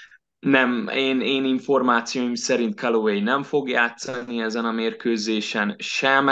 Nem, én információim szerint Callaway nem fog játszani ezen a mérkőzésen sem,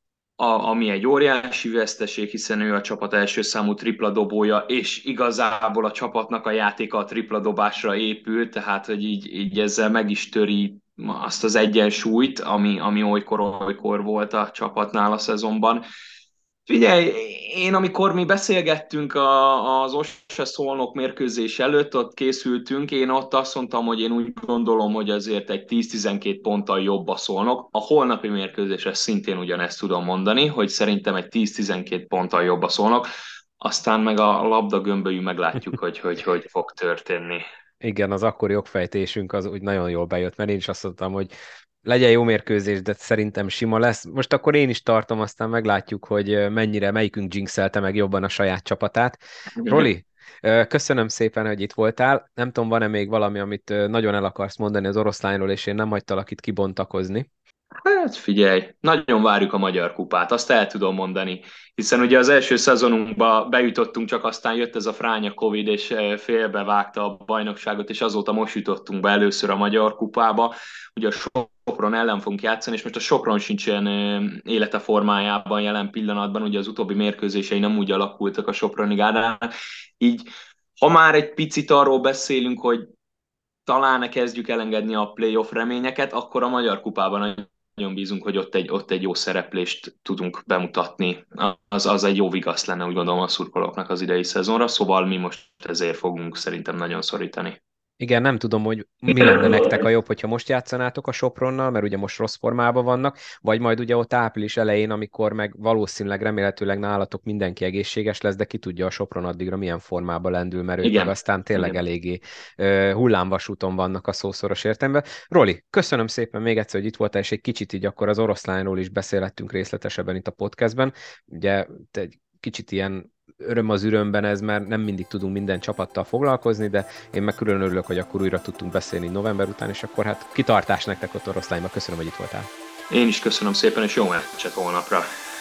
ami egy óriási veszteség, hiszen ő a csapat első számú tripla dobója, és igazából a csapatnak a játéka a tripla dobásra épül, tehát hogy így ezzel meg is töri azt az egyensúlyt, ami olykor volt a csapatnál a szezonban. Figyelj, én amikor mi beszélgettünk az OSE Szolnok mérkőzés előtt, ott készültünk, én ott azt mondtam, hogy én úgy gondolom, hogy azért egy 10-12 ponttal jobb a Szolnok. A holnapi mérkőzésre szintén ugyanezt tudom mondani, hogy szerintem egy 10-12 ponttal jobb a Szolnok, aztán meg a labda gömbölyű meglátjuk, hogy fog történni. Igen, az akkori okfejtésünk az úgy nagyon jól bejött, mert én is azt mondtam, hogy legyen jó mérkőzés, de szerintem sima lesz. Most akkor én is tartom, aztán meglátjuk, hogy melyikünk jinxelte meg jobban a saját csapatát. Roli, köszönöm szépen, hogy itt voltál. Nem tudom, van-e még valami, amit nagyon el akarsz mondani az oroszlányról, és én nem hagytalak itt kibontakozni. Hát figyelj, nagyon várjuk a Magyar Kupát, azt el tudom mondani, hiszen ugye az első szezonunkba bejutottunk, csak aztán jött ez a fránya Covid, és félbevágta a bajnokságot, és azóta most jutottunk be először a Magyar Kupába. Ugye a Sopron ellen fogunk játszani, és most a Sopron sincsen élete formájában jelen pillanatban, ugye az utóbbi mérkőzései nem úgy alakultak a Soproni Gárdán, így ha már egy picit arról beszélünk, hogy talán kezdjük elengedni a playoff reményeket, akkor a Magyar Kupában nagyon bízunk, hogy ott egy jó szereplést tudunk bemutatni. Az egy jó vigasz lenne, úgy gondolom, a szurkolóknak az idei szezonra, szóval mi most ezért fogunk szerintem nagyon szorítani. Igen, nem tudom, hogy mi lenne nektek a jobb, hogyha most játszanátok a Sopronnal, mert ugye most rossz formában vannak, vagy majd ugye ott április elején, amikor meg valószínűleg remélhetőleg nálatok mindenki egészséges lesz, de ki tudja a Sopron addigra milyen formában lendül, mert ők meg aztán tényleg igen. eléggé hullámvasúton vannak a szószoros értelemben. Roli, köszönöm szépen még egyszer, hogy itt voltál, és egy kicsit így akkor az oroszlányról is beszélhettünk részletesebben itt a podcastben. Ugye te egy kicsit ilyen öröm az ürömben ez, mert nem mindig tudunk minden csapattal foglalkozni, de én meg külön örülök, hogy akkor újra tudtunk beszélni november után, és akkor hát kitartás nektek ott Oroszlányban. Köszönöm, hogy itt voltál. Én is köszönöm szépen, és jó meccset holnapra.